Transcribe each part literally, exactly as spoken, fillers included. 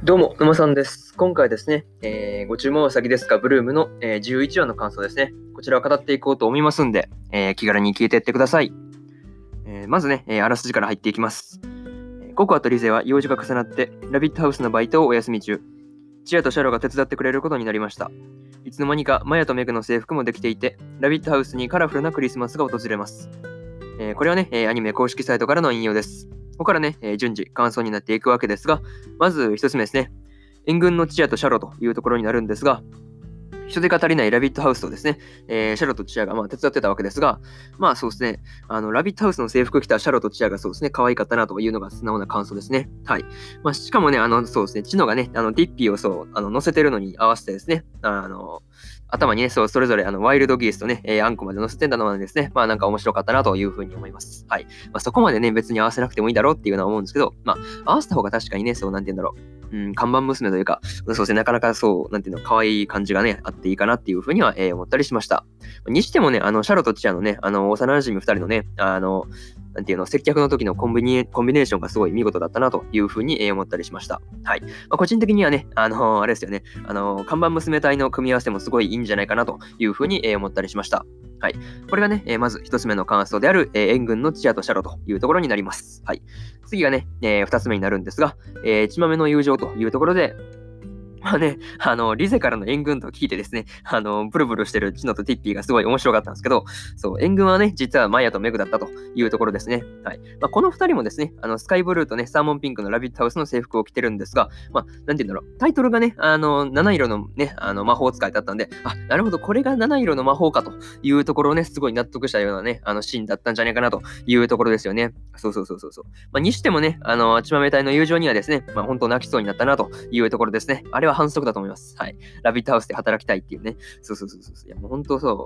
どうも、沼さんです。今回ですね、えーご注文は先ですか、ブルームの、えーじゅういちわの感想ですね。こちらを語っていこうと思いますんで、えー気軽に聞いていってください。えーまずね、えーあらすじから入っていきます。えーココアとリゼは用事が重なって、ラビットハウスのバイトをお休み中。チアとシャロが手伝ってくれることになりました。いつの間にかマヤとメグの制服もできていて、ラビットハウスにカラフルなクリスマスが訪れます。えーこれはね、えーアニメ公式サイトからの引用です。ここからね、えー順次感想になっていくわけですが、まず一つ目ですね。援軍のチアとシャロというところになるんですが、人手が足りないラビットハウスとですね、えーシャロとチアがまあ手伝ってたわけですが、まあそうですね、あのラビットハウスの制服着たシャロとチアがそうですね、可愛かったなというのが素直な感想ですね。はい。まあ、しかもね、あの、そうですね、チノがね、あのディッピーをそう、あの乗せてるのに合わせてですね、あの、頭にね、そう、それぞれあのワイルドギースとね、えー、アンコまで乗せてたのはですね、まあなんか面白かったなというふうに思います。はい。まあそこまでね、別に合わせなくてもいいだろうっていうのは思うんですけど、まあ合わせた方が確かにね、そう、なんて言うんだろう。うん、看板娘というか、そうですね、なかなかそう、なんていうの、可愛い感じがね、あっていいかなっていうふうには、えー思ったりしました。にしてもね、あの、シャロとチアのね、あの、幼馴染ふたりのね、あの、なんていうの、接客の時のコンビニ、コンビネーションがすごい見事だったなというふうに、えー思ったりしました。はい。まあ、個人的にはね、あのあれですよね、あの看板娘隊の組み合わせもすごいいいんじゃないかなというふうに、えー思ったりしました。はい。これがね、えーまず一つ目の感想である、えー援軍のチアとシャロというところになります。はい。次がね、えー二つ目になるんですが、えー、血豆の友情というところで、まあね、あの、リゼからの援軍と聞いてですね、あの、ブルブルしてるチノとティッピーがすごい面白かったんですけど、そう、援軍はね、実はマヤとメグだったというところですね。はい。まあ、この二人もですね、あの、スカイブルーとね、サーモンピンクのラビットハウスの制服を着てるんですが、まあ、なんて言うんだろう、タイトルがね、あの、七色のね、あの、魔法使いだったんで、あ、なるほど、これが七色の魔法かというところをね、すごい納得したようなね、あの、シーンだったんじゃないかなというところですよね。そうそうそうそうそう。まあ、にしてもね、あの、血豆隊の友情にはですね、まあ、本当泣きそうになったなというところですね。あれは反則だと思います。はい。ラビットハウスで働きたいっていうね。そうそうそうそう。いや、もう本当そう。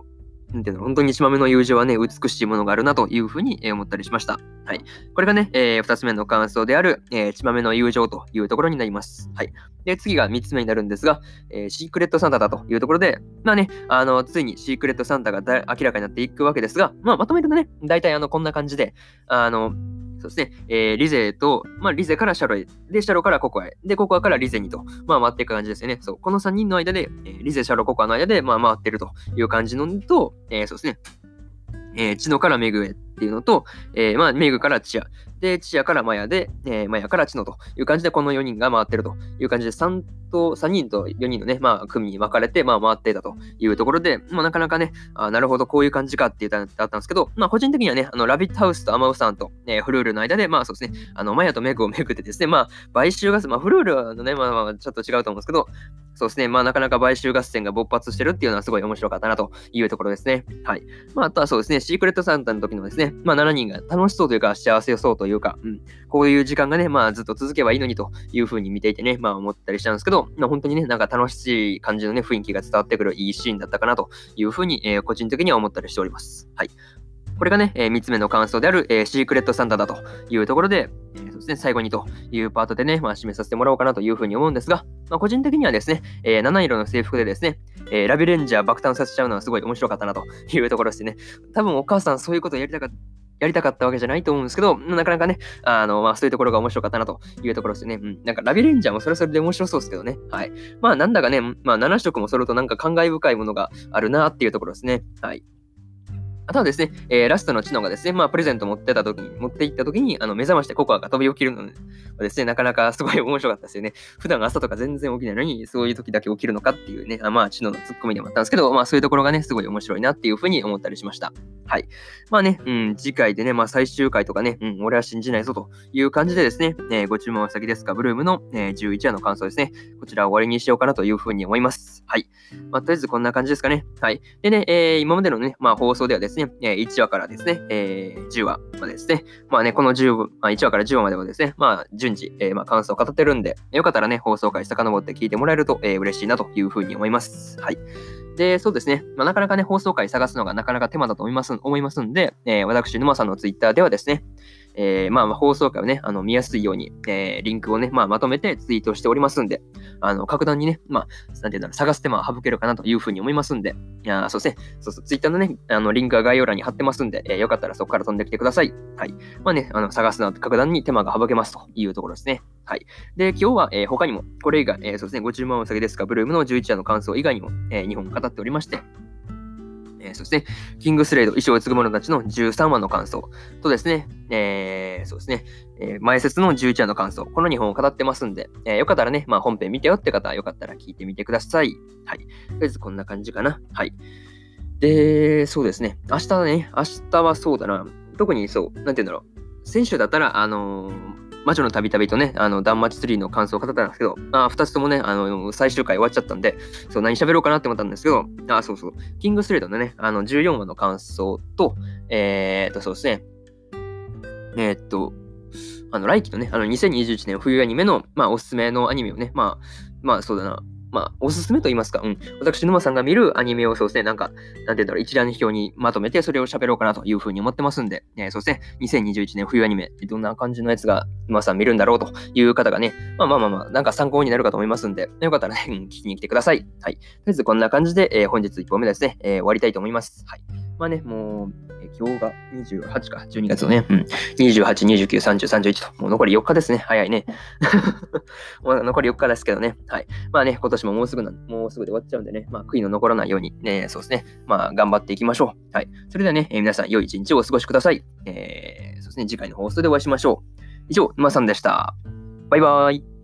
なんていうの、本当に血豆の友情はね、美しいものがあるなというふうに思ったりしました。はい。これがね、えー、二つ目の感想である、えー、血豆の友情というところになります。はい。で、次が三つ目になるんですが、えー、シークレットサンタだというところで、まあね、あの、ついにシークレットサンタがだ明らかになっていくわけですが、まあ、まとめるとね、大体あの、こんな感じで、あの、そうですね、えー、リゼと、まあ、リゼからシャロへ、で、シャロからココアへ、で、ココアからリゼにと、まあ、回っていく感じですよね。そう、このさんにんの間で、えーリゼ、シャロ、ココアの間で、まあ、回ってるという感じのと、えーそうですね、えー、チノからメグへっていうのと、えーまあ、メグからチア、で、チアからマヤで、えーマヤからチノという感じで、このよにんが回ってるという感じで、さんと、さんにんとよにんのね、まあ、組に分かれて、まあ、回っていたというところで、まあ、なかなかね、あなるほど、こういう感じかって言ったあったんですけど、まあ、個人的にはね、あの、ラビットハウスとアマウさんと、えーフルールの間で、まあ、そうですね、あの、マヤとメグをめぐってですね、まあ、買収合戦、まあ、フルールのね、まあ、まあ、ちょっと違うと思うんですけど、そうですね。まあ、なかなか買収合戦が勃発してるっていうのはすごい面白かったなというところですね。はい。まあ、あとはそうですね、シークレットサンタの時のですね、まあ、しちにんが楽しそうというか、幸せそうというか、うん、こういう時間がね、まあ、ずっと続けばいいのにというふうに見ていてね、まあ、思ったりしたんですけど、まあ、本当にね、なんか楽しい感じのね、雰囲気が伝わってくるいいシーンだったかなというふうに、えー個人的には思ったりしております。はい。これがね、えー、みっつめの感想である、えーシークレットサンタだというところで、えーそうですね、最後にというパートでね、まあ、締めさせてもらおうかなというふうに思うんですが、まあ、個人的にはですね、えー七色の制服でですね、えーラビレンジャー爆誕させちゃうのはすごい面白かったなというところですね。多分お母さんそういうことをやりたかった。やりたかったわけじゃないと思うんですけど、なかなかね、あの、まあ、そういうところが面白かったなというところですね。うん。なんか、ラビレンジャーもそれはそれで面白そうですけどね。はい。まあ、なんだかね、まあ、なな色も揃うとなんか感慨深いものがあるなっていうところですね。はい。あとはですね、えーラストのチノがですね、まあ、プレゼント持ってた時に、持って行った時に、あの、目覚ましてココアが飛び起きるのはですね、なかなかすごい面白かったですよね。普段朝とか全然起きないのに、そういう時だけ起きるのかっていうね、あまあ、チノのツッコミでもあったんですけど、まあ、そういうところがね、すごい面白いなっていうふうに思ったりしました。はい。まあね、うん、次回でね、まあ、最終回とかね、うん、俺は信じないぞという感じでですね、えーご注文は先ですか、ブルームの、えーじゅういちわの感想ですね、こちらを終わりにしようかなというふうに思います。はい。まあ、とりあえずこんな感じですかね。はい。でね、えー今までのね、まあ、放送ではですね、えーいちわからですね、えーじゅうわまでですね、まあね、このじゅう、まあ、いちわからじゅうわまではですね、まあ、順次、えーまあ、感想を語ってるんで、よかったらね、放送回遡って聞いてもらえると、えー嬉しいなというふうに思います。はい。で、そうですね、まあ、なかなかね、放送回探すのがなかなか手間だと思います思いますんで、えー私、沼さんのツイッターではですね、 えー、まあ、放送回をね、あの見やすいように、えー、リンクをね、まあ、まとめてツイートしておりますんで、あの、格段にね、まあ、なんていうんだろう、探す手間は省けるかなというふうに思いますんで、いやそうですね、そうそう、ツイッターのね、あの、リンクは概要欄に貼ってますんで、えー、よかったらそこから飛んできてください。はい。まあね、あの、探すのは格段に手間が省けますというところですね。はい。で、今日は、えー、他にも、これ以外、えー、そうですね、ご注文お酒ですか、ブルームのじゅういちわの感想以外にも、えー、にほん語っておりまして、えー、そして、キングスレイド、衣装を継ぐ者たちのじゅうさんわの感想とですね、えー、そうですね、えー、前説のじゅういちわの感想、このにほんを語ってますんで、えー、よかったらね、まあ、本編見てよって方はよかったら聞いてみてください。はい。とりあえずこんな感じかな。はい。で、そうですね、明日ね、明日はそうだな、特にそう、なんて言うんだろう、先週だったら、あのー、魔女のたびたびとね、あの、断末ツリーの感想を語ったんですけど、あふたつともね、あの、最終回終わっちゃったんで、そう、何喋ろうかなって思ったんですけど、あ、そうそう、キングスレイドのね、あの、じゅうよんわの感想と、えーっと、そうですね、えーっと、あの、来期のね、あの、にせんにじゅういちねん冬アニメの、まあ、おすすめのアニメをね、まあ、まあ、そうだな、まあ、おすすめと言いますか、うん。私、沼さんが見るアニメをそうですね、なんか、なんていうんだろう、一覧表にまとめて、それを喋ろうかなというふうに思ってますんで、えー、そうですね、にせんにじゅういちねん冬アニメ、どんな感じのやつが沼さん見るんだろうという方がね、まあまあまあまあ、なんか参考になるかと思いますんで、よかったらね、うん、聞きに来てください。はい。とりあえず、こんな感じで、えー、本日いっぽんめですね、えー、終わりたいと思います。はい。まあね、もう、えー、今日がにじゅうはちか、じゅうにがつのね、うん、にじゅうはち、にじゅうきゅう、さんじゅう、さんじゅういちと、もう残りよっかですね。早いね。もう残りよっかですけどね。はい。まあね、今年ももうすぐなん、もうすぐで終わっちゃうんでね、まあ悔いの残らないように、ね、そうですね。まあ頑張っていきましょう。はい。それではね、えー、皆さん良い一日をお過ごしください。えー、そうですね、次回の放送でお会いしましょう。以上、沼さんでした。バイバーイ。